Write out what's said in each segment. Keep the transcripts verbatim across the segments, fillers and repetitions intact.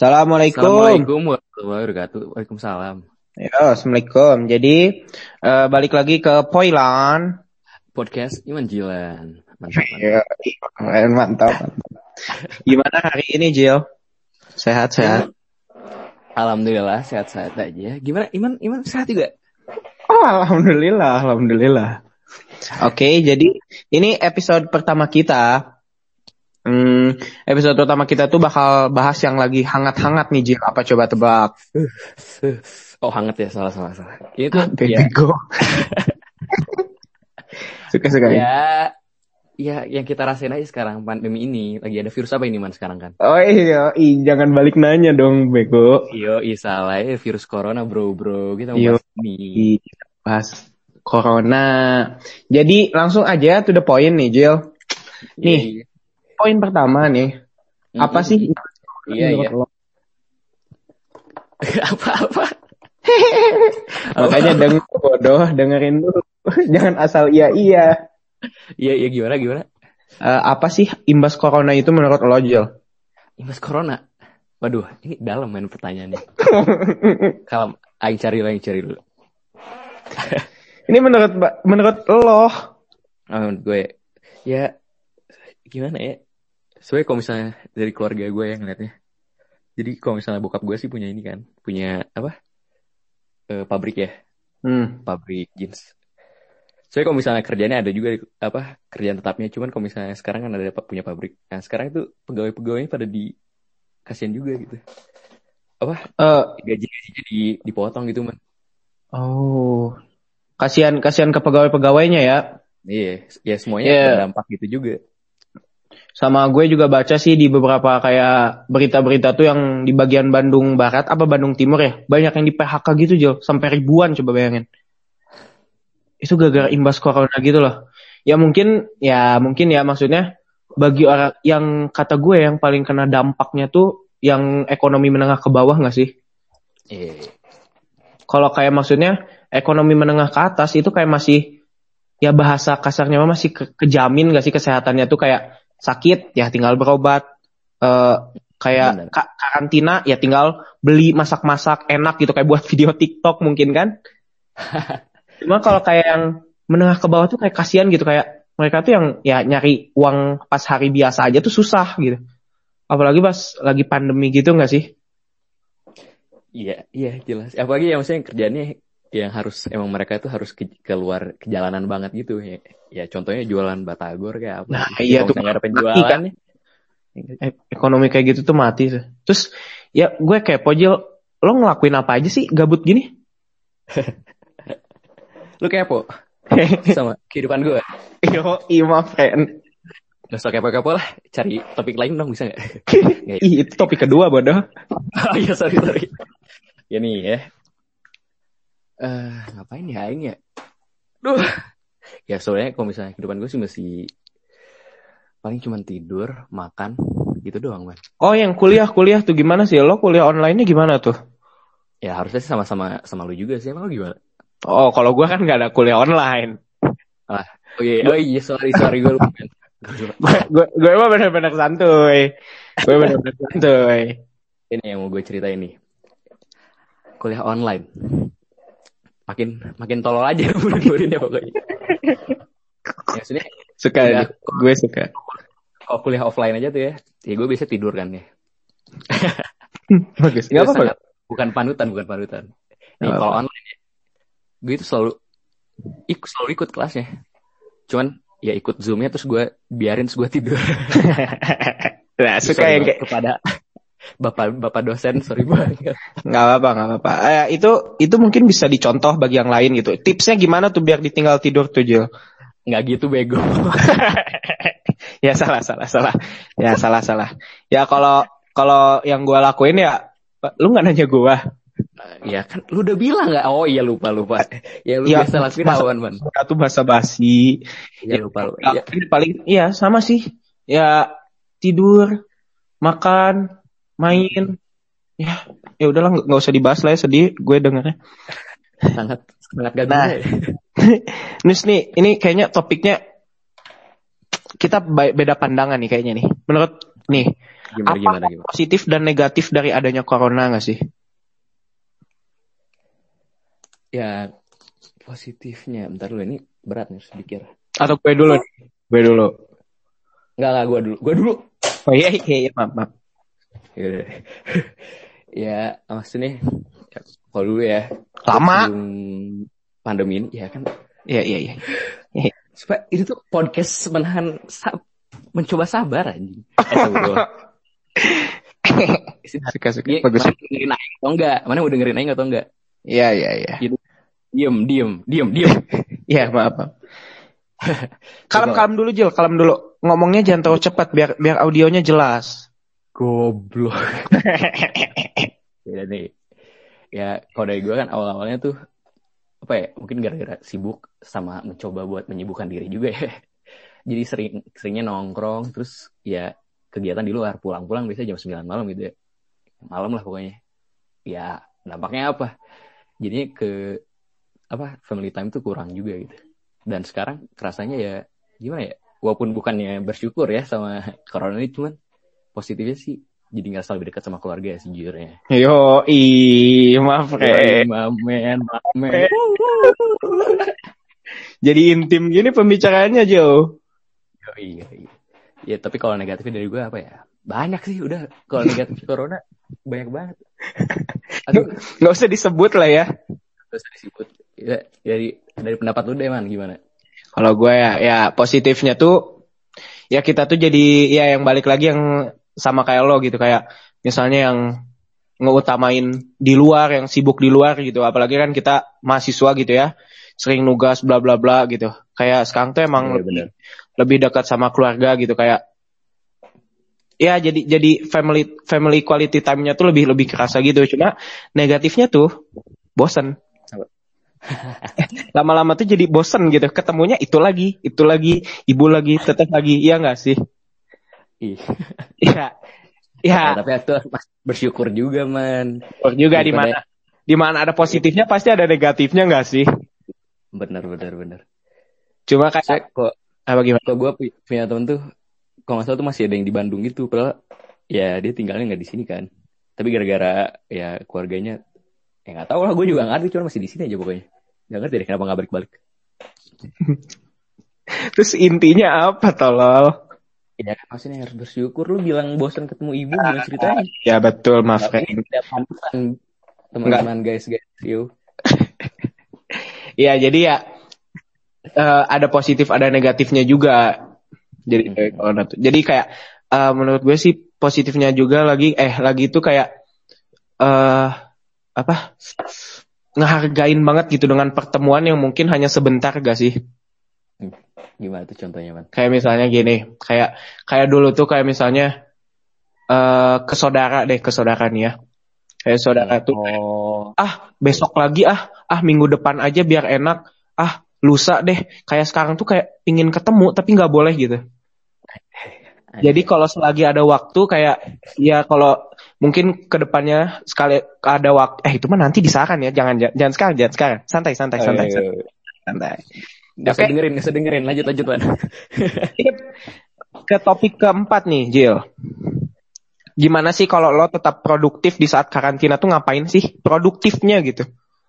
Assalamualaikum. Assalamualaikum warahmatullahi wabarakatuh. Waalaikumsalam. Ya, Assalamualaikum. Jadi uh, balik lagi ke Poilan Podcast Iman Jilan. Mantap, mantap. Ya, mantap, mantap. Gimana hari ini, Jil? Sehat-sehat? Alhamdulillah sehat-sehat aja. Gimana Iman? Iman sehat juga? Oh, alhamdulillah, alhamdulillah. Oke, jadi ini episode pertama kita. Hmm, episode pertama kita tuh bakal bahas yang lagi hangat-hangat nih, Jil. Apa coba tebak? Oh, hangat ya, salah salah salah. Itu ya. Bego. Suka-suka ya. Ya, yang kita rasain aja sekarang pandemi ini. Lagi ada virus apa ini, Man, sekarang kan? Oh iya, i, jangan balik nanya dong, bego. Yo, salah ya, virus corona, bro, bro. Kita mau bahas ini. Bahas corona. Jadi langsung aja to the point nih, Jil. Nih, yeah, yeah. Poin pertama nih. Mm-hmm. Apa sih? Iya, iya. Apa-apa? Makanya denger bodoh, dengerin dulu. Jangan asal iya-iya. Iya, iya, gimana, gimana? Uh, apa sih imbas corona itu menurut lo, Jil? Imbas corona? Waduh, ini dalam main pertanyaannya. Kalau aing cari, aing cari dulu. Ini menurut menurut lo? Oh, gue ya gimana ya? Soalnya kalau misalnya dari keluarga gue yang ngeliatnya, jadi kalau misalnya bokap gue sih punya ini kan, punya apa? E, pabrik ya, hmm. pabrik jeans. Soalnya kalau misalnya kerjanya ada juga apa kerjaan tetapnya, cuman kalau misalnya sekarang kan ada punya pabrik. Nah sekarang itu pegawai-pegawainya pada di kasihan juga gitu. Apa? Uh, gaji-gajinya di dipotong gitu, Man. Oh, kasihan kasihan ke pegawai-pegawainya ya? Iya, ya semuanya yeah. Berdampak gitu juga. Sama gue juga baca sih di beberapa kayak berita-berita tuh yang di bagian Bandung Barat apa Bandung Timur ya, banyak yang di P H K gitu, Jil, sampai ribuan, coba bayangin. Itu gara-gara imbas corona gitu loh. Ya mungkin ya mungkin ya maksudnya bagi orang yang kata gue yang paling kena dampaknya tuh yang ekonomi menengah ke bawah nggak sih? Iya. Kalau kayak maksudnya ekonomi menengah ke atas itu kayak masih ya bahasa kasarnya masih ke- kejamin nggak sih kesehatannya tuh, kayak sakit ya tinggal berobat, uh, kayak ka- karantina ya tinggal beli masak-masak enak gitu kayak buat video TikTok mungkin kan. Cuma kalau kayak yang menengah ke bawah tuh kayak kasihan gitu, kayak mereka tuh yang ya nyari uang pas hari biasa aja tuh susah gitu. Apalagi pas lagi pandemi gitu nggak sih? Iya, iya jelas. Apalagi yang maksudnya kerjaannya yang harus emang mereka itu harus ke, keluar ke jalanan banget gitu ya. Ya contohnya jualan batagor kayak apa. Nah, iya tuh nggak ada penjualan kan. Ekonomi kayak gitu tuh mati tuh. Terus ya gue kepo, Jil, lo ngelakuin apa aja sih gabut gini? Lu kepo sama kehidupan gue? Yo, iya friend. Gak usah kepo-kepo lah, cari topik lain dong, bisa gak? Ih, itu topik kedua bodoh. Oh iya, sorry, sorry. Ya nih ya. Uh, ngapain ya Aing ya? Duh. Ya soalnya kalau misalnya kehidupan gue sih masih paling cuma tidur, makan, gitu doang, Man. Oh, yang kuliah-kuliah tuh gimana sih? Lo kuliah online-nya gimana tuh? Ya harusnya sih sama-sama sama lu juga sih, emang lu gimana? Oh, kalau gue kan gak ada kuliah online. Ah, oh iya, oh iya, sorry, sorry gue lupa. gue gue emang bener-bener santuy. Gue bener-bener santuy. Ini yang mau gue ceritain nih. Kuliah online. Makin makin tolol aja murid-muridnya pokoknya. Ya maksudnya suka ya, gue suka. Kalau kuliah offline aja tuh ya, ya gue biasa tidur kan ya. Bagus. Enggak apa-apa. Bukan panutan, bukan panutan. Nih kalau online ya, gue itu selalu ikut selalu ikut kelasnya. Cuman ya ikut Zoom-nya terus gue biarin terus gue tidur. Nah, suka yang kayak kepada Bapak Bapak dosen, sorry banget. Nggak apa-apa, nggak apa-apa. Eh, itu itu mungkin bisa dicontoh bagi yang lain gitu. Tipsnya gimana tuh biar ditinggal tidur tuh, Jil? Nggak gitu, bego. Ya salah, salah, salah. Ya salah, salah. Ya kalau kalau yang gue lakuin ya, lu nggak nanya gue. Ya kan, lu udah bilang nggak? Oh iya lupa lupa. Ya lu ya, biasa lakuin awan, Man. Itu bahasa basi. Ya, ya lupa lupa. Ya, ya. Paling iya sama sih. Ya tidur, makan, main, ya ya udahlah nggak usah dibahas lah ya, sedih gue dengarnya. Sangat sangat gak nah, Nus nih, ini kayaknya topiknya kita beda pandangan nih kayaknya nih. Menurut nih, Gimana, Apa gimana, gimana? positif dan negatif dari adanya corona nggak sih? Ya positifnya, bentar dulu ini berat nih harus pikir. Atau gue dulu? Gue dulu. Enggak lah, gue dulu, gue dulu. Oh iya, iya, iya, maaf, maaf. Ya, ya maksudnya ya, kalau dulu ya. Lama. Sebelum pandemi ini, ya kan. Iya, iya, iya. Supaya ini tuh podcast menahan, sab- mencoba sabar anjing. Eh, Suka-suka. ya, Bagus. mana dengerin aing atau enggak? Mana mau dengerin aing atau enggak? Iya, iya, iya. Gitu. Diem, diem, diem, diem. Iya, maaf, maaf. Kalem-kalem dulu, Jil. Kalem dulu. Ngomongnya jangan terlalu cepat biar biar audionya jelas. Goblok. Ya nih. Ya kalau dari gue kan awal-awalnya tuh apa ya? Mungkin gara-gara sibuk sama mencoba buat menyibukkan diri juga ya. Jadi sering seringnya nongkrong, terus ya kegiatan di luar, pulang-pulang biasanya jam sembilan malam gitu ya. Malam lah pokoknya. Ya dampaknya apa? Jadinya ke apa? Family time tuh kurang juga gitu. Dan sekarang kerasanya ya gimana ya? Walaupun bukannya bersyukur ya sama corona ini, cuman positifnya sih jadi ngerasa lebih dekat sama keluarga ya sejujurnya. Yo, i, maaf re. Mamen, mamen. Jadi intim gini pembicaraannya, Jo. Oh, iya, iya. Ya tapi kalau negatifnya dari gue apa ya? Banyak sih udah. Kalau negatif corona banyak banget. Aduh, nggak usah disebut lah ya. Nggak usah disebut. Ya, dari dari pendapat lu deh man gimana? Kalau gue ya, ya positifnya tuh ya kita tuh jadi ya yang balik lagi yang sama kayak lo gitu, kayak misalnya yang ngeutamain di luar, yang sibuk di luar gitu. Apalagi kan kita mahasiswa gitu ya, sering nugas bla bla bla gitu. Kayak sekarang tuh emang Ya, lebih, lebih dekat sama keluarga gitu, kayak ya jadi jadi family family quality time-nya tuh lebih lebih kerasa gitu. Cuma negatifnya tuh bosen. Lama-lama tuh jadi bosen gitu, ketemunya itu lagi, itu lagi, ibu lagi, teteh lagi, iya nggak sih? Iya, iya. Ya, tapi itu bersyukur juga man. Bersyukur juga di mana, di mana ada positifnya pasti ada negatifnya nggak sih? Benar, benar, benar. Cuma kayak saya kok apa gimana? Kok gue punya temen tuh, kalau nggak salah tuh masih ada yang di Bandung gitu, padahal ya dia tinggalnya nggak di sini kan. Tapi gara-gara ya keluarganya, ya nggak tahu lah, gue juga nggak ngerti, cuma masih di sini aja pokoknya. Nggak ngerti deh kenapa nggak balik-balik. Terus intinya apa tolol? Ya kan maksudnya harus bersyukur. Lu bilang bosan ketemu ibu, gimana ceritanya? Ya betul, maaf kan. Tidak pantasan teman-teman guys guys yuk. Ya jadi ya uh, ada positif ada negatifnya juga. Jadi kayak corona tuh. Jadi kayak uh, menurut gue sih positifnya juga lagi eh lagi itu kayak uh, apa? Ngehargain banget gitu dengan pertemuan yang mungkin hanya sebentar gak sih? Gimana tuh contohnya man? Kayak misalnya gini, kayak kayak dulu tuh kayak misalnya uh, ke saudara deh, ke saudara nih ya. Kayak saudara tuh oh. ah besok lagi ah, ah minggu depan aja biar enak, ah lusa deh. Kayak sekarang tuh kayak ingin ketemu tapi nggak boleh gitu. Jadi kalau selagi ada waktu kayak ya kalau mungkin kedepannya sekali ada waktu, eh itu mah nanti disaran ya, jangan jangan sekarang, jangan sekarang, santai santai santai oh, santai. santai. Gak usah dengerin, gak usah dengerin, lanjut lanjut man. Ke topik keempat nih, Jill. Gimana sih kalau lo tetap produktif di saat karantina tuh ngapain sih produktifnya gitu?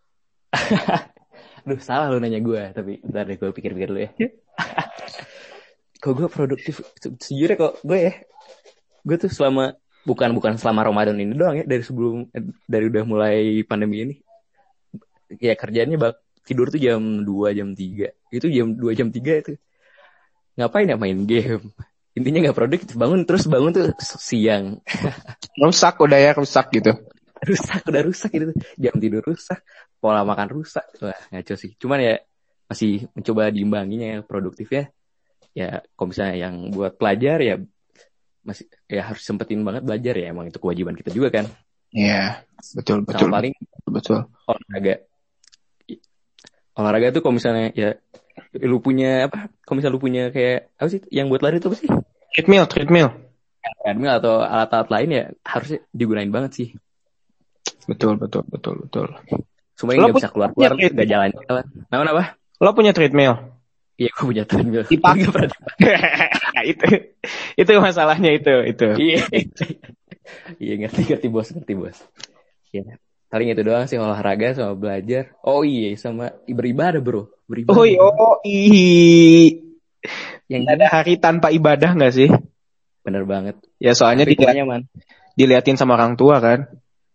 Aduh salah lo nanya gue, tapi bentar deh gue pikir-pikir dulu ya. Kok gue produktif, sejujurnya kok gue ya, gue tuh selama bukan bukan selama Ramadan ini doang ya, dari sebelum dari udah mulai pandemi ini, ya kerjaannya bak tidur tuh jam dua jam tiga, itu jam dua jam tiga itu ngapain ya, main game. Intinya nggak produktif, bangun terus bangun tuh siang. Rusak udah ya, rusak gitu. Rusak udah rusak gitu, jam tidur rusak, pola makan rusak, wah ngaco sih. Cuman ya masih mencoba diimbanginya produktifnya. Ya kalau misalnya yang buat pelajar ya masih ya harus sempetin banget belajar ya, emang itu kewajiban kita juga kan. Iya, betul betul. Sama paling betul. Olahraga. Olahraga tuh kalau misalnya ya lu punya apa? Kalau misalnya lu punya kayak apa sih yang buat lari itu apa sih? Treadmill, treadmill. Treadmill atau alat-alat lain ya harusnya digunain banget sih. Betul betul betul betul. Semuanya nggak bisa keluar-keluar, nggak jalan-jalan. Nah, apa? Lo punya treadmill? Iya, gue punya treadmill. Dipakai. itu itu masalahnya itu itu. Iya. Iya, ngerti ngerti bos, ngerti bos. Iya. Paling itu doang sih, olahraga sama belajar. Oh iya, sama beribadah bro. Beribadah. Oh iya, oh iya. Yang ada hari tanpa ibadah nggak sih? Bener banget. Ya soalnya dilihat, man. diliatin sama orang tua kan.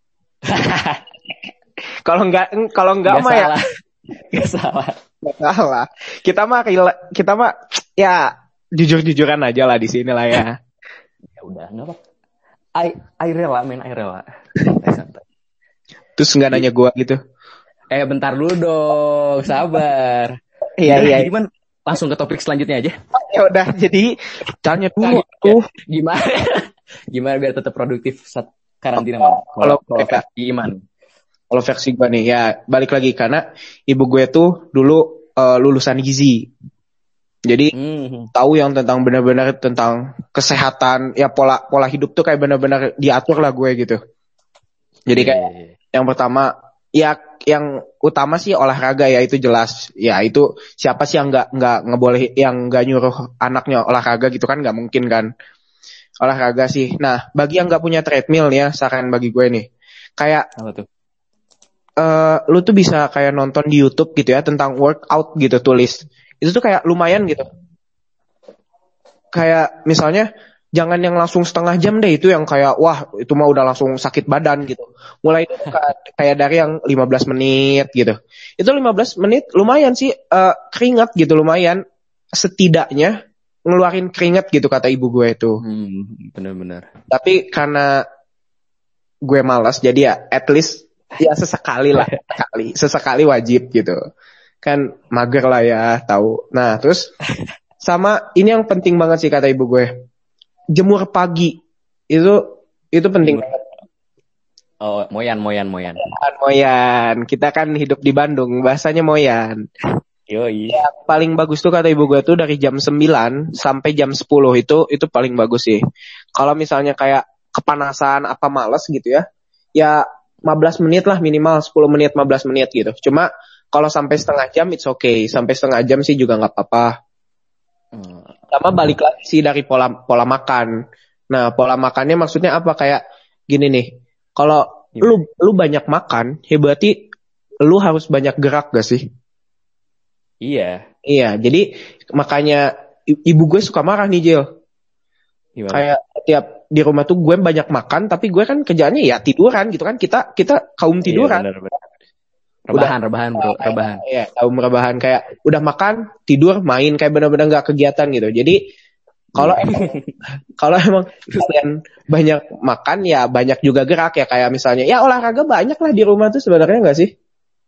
Kalau nggak kalau nggak mah ya nggak salah. Nggak salah. Kita mah kita mah ya jujur-jujuran aja lah di sini lah ya. Ya udah, nggak apa. I I rela men, I rela. Santai-santai. Terus nggak nanya gue gitu. Eh bentar dulu dong, sabar. Iya iya. Gimana? Langsung ke topik selanjutnya aja. Ya udah, jadi tanya dulu tuh. Gimana? Gimana biar tetap produktif saat karantina, Man? Kalau kalau versi Iman. Kalau versi gue nih, ya balik lagi karena ibu gue tuh dulu uh, lulusan gizi. Jadi mm-hmm. tahu yang tentang benar-benar tentang kesehatan, ya pola pola hidup tuh kayak benar-benar diatur lah gue gitu. Jadi kayak yeah. yang pertama, ya yang utama sih olahraga ya, itu jelas. Ya itu siapa sih yang nggak nggak ngeboleh, yang nggak nyuruh anaknya olahraga gitu kan, nggak mungkin kan. Olahraga sih. Nah bagi yang nggak punya treadmill ya, saran bagi gue nih, kayak apa tuh? Uh, lu tuh bisa kayak nonton di YouTube gitu ya tentang workout gitu, tulis. Itu tuh kayak lumayan gitu. Kayak misalnya jangan yang langsung setengah jam deh, itu yang kayak wah itu mah udah langsung sakit badan gitu. Mulai itu kayak dari yang lima belas menit gitu. Itu lima belas menit lumayan sih, uh, keringat gitu lumayan. Setidaknya ngeluarin keringat gitu kata ibu gue itu. Hmm, benar-benar. Tapi karena gue malas jadi ya at least ya sesekali lah, sekali, sesekali wajib gitu. Kan mager lah ya, tahu. Nah, terus sama ini yang penting banget sih kata ibu gue. Jemur pagi. Itu itu penting banget. Oh, moyan moyan moyan. Moyan, moyan. Kita kan hidup di Bandung, bahasanya moyan. Yoi. Ya, paling bagus tuh kata ibu gue tuh dari jam sembilan sampai jam sepuluh itu itu paling bagus sih. Kalau misalnya kayak kepanasan apa males gitu ya. Ya lima belas menit lah minimal, sepuluh menit, lima belas menit gitu. Cuma kalau sampai setengah jam it's okay. Sampai setengah jam sih juga nggak apa-apa. Hmm. Sama balik lagi sih dari pola pola makan. Nah, pola makannya maksudnya apa? Kayak gini nih. Kalau ya. lu lu banyak makan, ya berarti lu harus banyak gerak gak sih? Iya. Iya, jadi makanya ibu gue suka marah nih, Jil. Gimana? Kayak tiap di rumah tuh gue banyak makan, tapi gue kan kerjaannya ya tiduran gitu kan. Kita kita kaum tiduran. Iya, bener, bener. Rebahan, udah, rebahan, bro, rebahan. Iya, kaum rebahan, kayak udah makan, tidur, main, kayak benar-benar nggak kegiatan gitu. Jadi kalau emang kalau emang kalian banyak makan ya banyak juga gerak ya, kayak misalnya ya olahraga banyak lah di rumah tuh sebenarnya nggak sih?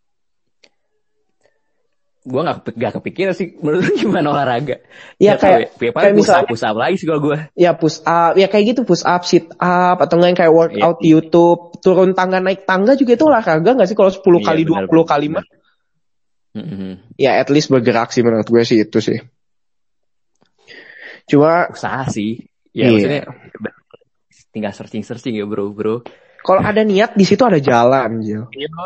Gue gak, gak kepikiran sih, menurut lu gimana olahraga? Ya, kayak, ya, kayak push up, push up lagi sih kalau gue. Ya push up, ya kayak gitu, push up, sit up, atau nggak kayak workout ya, di YouTube, turun tangga, naik tangga juga itu olahraga nggak sih kalau sepuluh kali, dua puluh kali mah? Mm-hmm. Ya at least bergerak sih menurut gue sih itu sih. Cuma usaha sih, ya iya. Maksudnya tinggal searching-searching ya bro, bro. Kalau ada niat di situ ada jalan, Jo.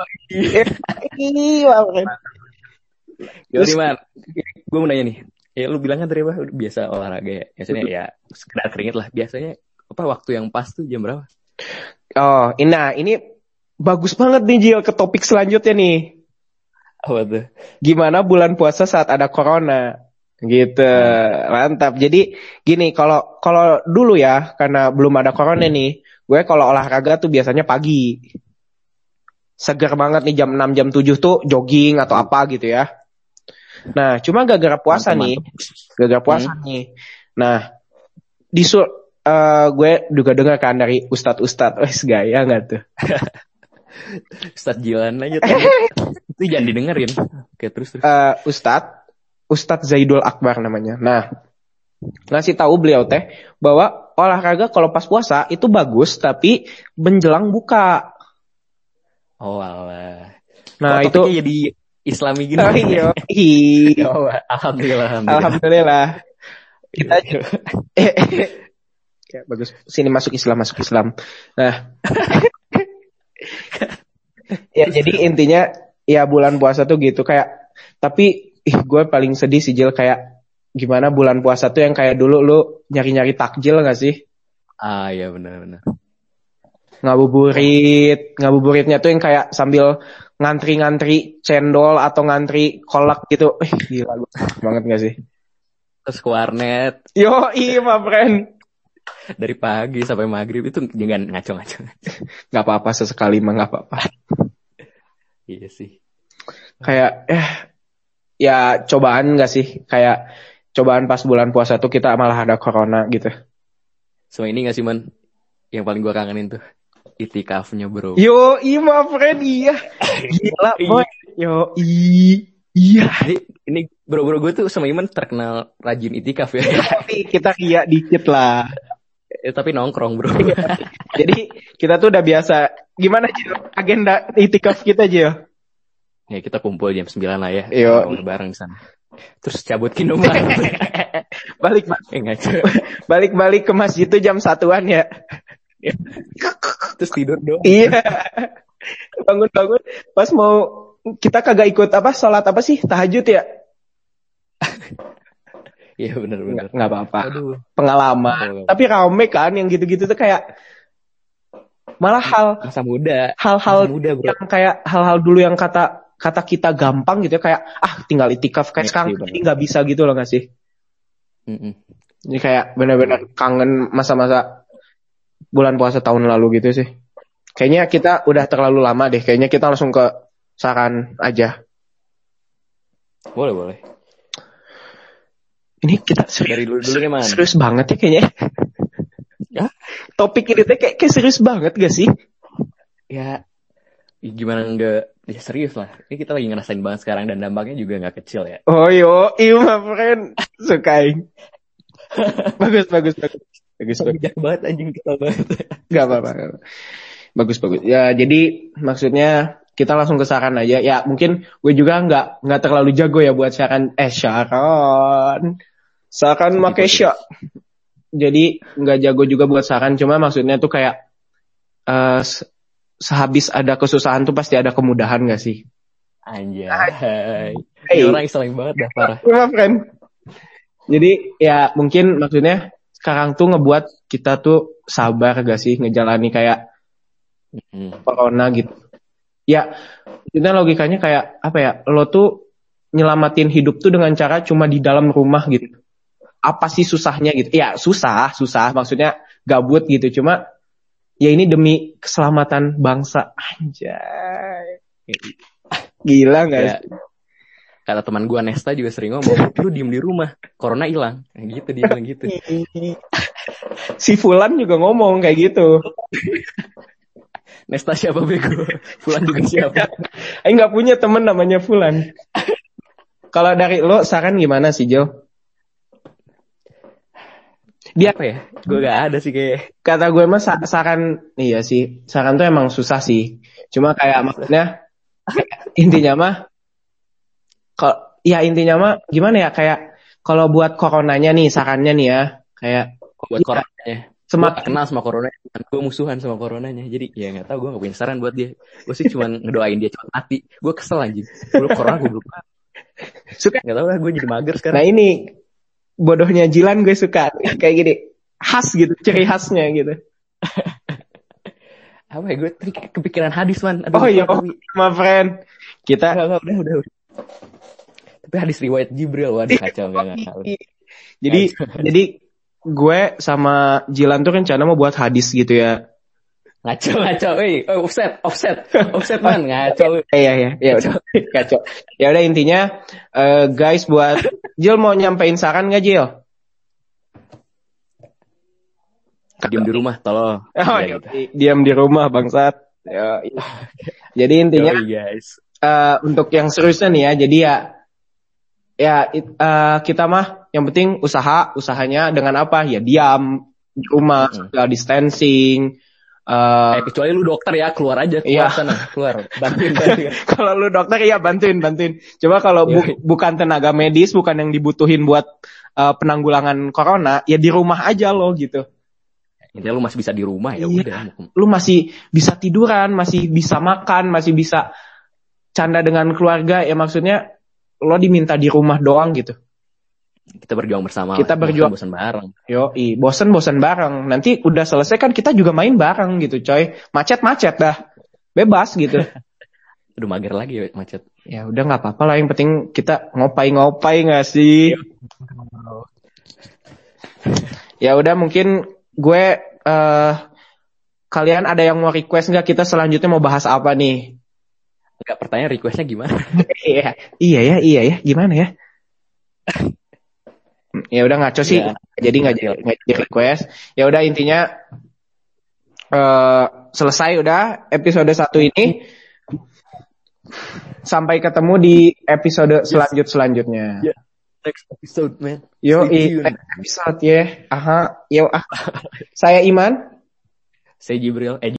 Iya, Yaudah man, gue mau nanya nih. Ya lu bilangnya tadi apa? Biasa olahraga ya. Biasanya ya sekedar keringet lah. Biasanya apa waktu yang pas tuh jam berapa? Oh, nah ini bagus banget nih Jil ke topik selanjutnya nih. Apa tuh? Gimana bulan puasa saat ada corona? Gitu. Hmm. Mantap. Jadi gini, kalau kalau dulu ya karena belum ada corona nih, gue kalau olahraga tuh biasanya pagi. Segar banget nih jam enam jam tujuh tuh jogging atau apa gitu ya. Nah, cuma gara-gara puasa mantap, nih, mantap. gara-gara puasa hmm. nih. Nah, disur uh, gue juga dengar kan dari ustadz-ustadz, wes gaya nggak tuh? Ustadz Jilan aja tuh. Itu jangan didengerin. Oke, terus terus. Uh, ustadz, Ustadz Zaidul Akbar namanya. Nah, ngasih tahu beliau teh bahwa olahraga kalau pas puasa itu bagus, tapi menjelang buka. Oh alah. Nah, itu jadi Islami gini. Oh, iya. Oh, alhamdulillah, alhamdulillah. Alhamdulillah. Kita ya bagus. Sini masuk Islam, masuk Islam. Nah. Ya jadi intinya ya bulan puasa tuh gitu kayak, tapi ih gue paling sedih sih Jil, kayak gimana bulan puasa tuh yang kayak dulu lu nyari-nyari takjil gak sih? Ah iya benar-benar. Ngabuburit, ngabuburitnya tuh yang kayak sambil ngantri-ngantri cendol atau ngantri kolak gitu. Eh gila gue banget gak sih? Terus ke warnet. Yo iya my friend. Dari pagi sampai maghrib itu jangan ngaco-ngaco. Gak apa-apa sesekali mah gak apa-apa. Iya sih. Kayak eh ya cobaan gak sih? Kayak cobaan pas bulan puasa tuh kita malah ada corona gitu. So ini gak sih man? Yang paling gue kangenin tuh itikafnya bro. Yo iya my friend iya. Gila boy. Yo iya. Jadi ini bro-bro gue tuh sama Iman terkenal rajin itikaf ya. Tapi kita iya dikit lah. Eh, tapi nongkrong bro. Jadi kita tuh udah biasa. Gimana Jil? Agenda itikaf kita Jil? Ya kita kumpul jam sembilan lah ya. Yo. Bareng di sana. Terus cabut ke rumah. Balik eh, balik-balik ke masjid itu jam satuan ya. Terus tidur dong. Iya. Bangun-bangun pas mau kita kagak ikut apa sholat apa sih tahajud ya? Iya benar-benar. Nggak apa-apa. Aduh. Pengalaman. Oh, Tapi rame kan yang gitu-gitu tuh kayak malah hal masa muda. Hal-hal masa muda, bro. Yang kayak hal-hal dulu yang kata kata kita gampang gitu ya, kayak ah tinggal itikaf kayak sekarang jadi nggak bisa gitu loh nggak sih? Mm-mm. Ini kayak benar-benar kangen masa-masa bulan puasa tahun lalu gitu sih. Kayaknya kita udah terlalu lama deh. Kayaknya kita langsung ke saran aja. Boleh boleh. Ini kita serius, dari dulu dulu nih man. Serius banget ya kayaknya. Ya? Topik ini tuh kayak, kayak serius banget gak sih? Ya gimana enggak ya serius lah. Ini kita lagi ngerasain banget sekarang dan dampaknya juga nggak kecil ya. Oh yo, iya my friend, sukain. bagus bagus bagus. Bagus bagus. banget anjing kita banget. Gak apa-apa. Bagus bagus. Ya jadi maksudnya kita langsung ke saran aja. Ya mungkin gue juga nggak nggak terlalu jago ya buat saran. Eh saran, saran make syak. Jadi nggak jago juga buat saran. Cuma maksudnya tuh kayak uh, sehabis ada kesusahan tuh pasti ada kemudahan gak sih? Anjay. Hey. Ini orang Islam banget dah parah. Iya, friend. Jadi ya mungkin maksudnya sekarang tuh ngebuat kita tuh sabar gak sih ngejalani kayak hmm. corona gitu. Ya, maksudnya logikanya kayak apa ya? Lo tuh nyelamatin hidup tuh dengan cara cuma di dalam rumah gitu. Apa sih susahnya gitu? Ya susah, susah. Maksudnya gabut gitu. Cuma ya ini demi keselamatan bangsa. Anjay. Gila gak ya, sih? Kata teman gue Nesta juga sering ngomong, lu diem di rumah, corona hilang. Nah, gitu dia bilang gitu. Si Fulan juga ngomong kayak gitu. Nesta siapa bego? Fulan juga siapa? Ayo nggak punya temen namanya Fulan. Kalau dari lo saran gimana sih Jo? Dia apa ya? Gue gak ada sih kayak. Kata gue mah saran, iya sih, saran tuh emang susah sih. Cuma kayak maksudnya intinya mah, kalau ya intinya mah gimana ya, kayak kalau buat coronanya nih sarannya nih ya, kayak buat ya, coronanya. Semakin gue kenal sama corona, gue musuhan sama coronanya. Jadi ya nggak tahu, gue nggak punya saran buat dia. Gue sih cuma ngedoain dia cepat mati. Gue kesel anjing. Belum corona gue belum. Suka nggak tahu lah, gue jadi mager sekarang. Nah ini bodohnya Jilan gue suka kayak gini, khas gitu, ciri khasnya gitu. Apa ya, gue kepikiran hadis man. Aduh, oh iya, oh, my friend. Kita gak, gak, udah, udah, udah. Tapi hadis riwayat Jibril, waduh kacau nggak nggak. Jadi, jadi gue sama Jilan tuh rencana mau buat hadis gitu ya. Ngaco, ngaco, eh, oh, offset, offset, offset man, ngaco. Iya, iya, iya, udah, ngaco. Ya udah intinya, uh, guys, buat Jil mau nyampein saran nggak Jil? Diam di rumah, tolong. Oh, ya, gitu. Diam di rumah, bangsat. Ya, ya. Jadi intinya, Yoi, guys. Uh, untuk yang seriusnya nih ya, jadi ya, ya it, uh, kita mah yang penting usaha, usahanya dengan apa? Ya diam di rumah, social distancing. Uh, eh, kecuali lu dokter ya, keluar aja, keluar iya. sana, keluar, bantuin, bantuin. Kalau lu dokter ya bantuin, bantuin. Coba kalau bu- bukan tenaga medis, bukan yang dibutuhin buat uh, penanggulangan corona, ya di rumah aja lo gitu. Intinya lu masih bisa di rumah ya iya. udah. Lu masih bisa tiduran, masih bisa makan, masih bisa canda dengan keluarga. Ya maksudnya lo diminta di rumah doang gitu. Kita berjuang bersama. Kita berjuang bosan bareng. Yoi, bosen-bosen bareng. Nanti udah selesai kan kita juga main bareng gitu, coy. Macet-macet dah. Bebas gitu. Udah mager lagi ya macet. Ya udah nggak apa-apa lah, yang penting kita ngopai-ngopai nggak sih? Ya udah, mungkin gue uh, kalian ada yang mau request nggak, kita selanjutnya mau bahas apa nih? Enggak, pertanyaan requestnya gimana? Iya, iya ya, iya ya, gimana ya? Ya udah ngaco sih, Ya. jadi nggak jadi nggak jadi request. Ya udah, intinya uh, selesai udah episode satu ini. Sampai ketemu di episode selanjut selanjutnya. Yeah. Next episode, man. Yo, Stay tuned. next episode ya. Yeah. Aha, yo ah. Saya Iman. Saya Jibril. Eh,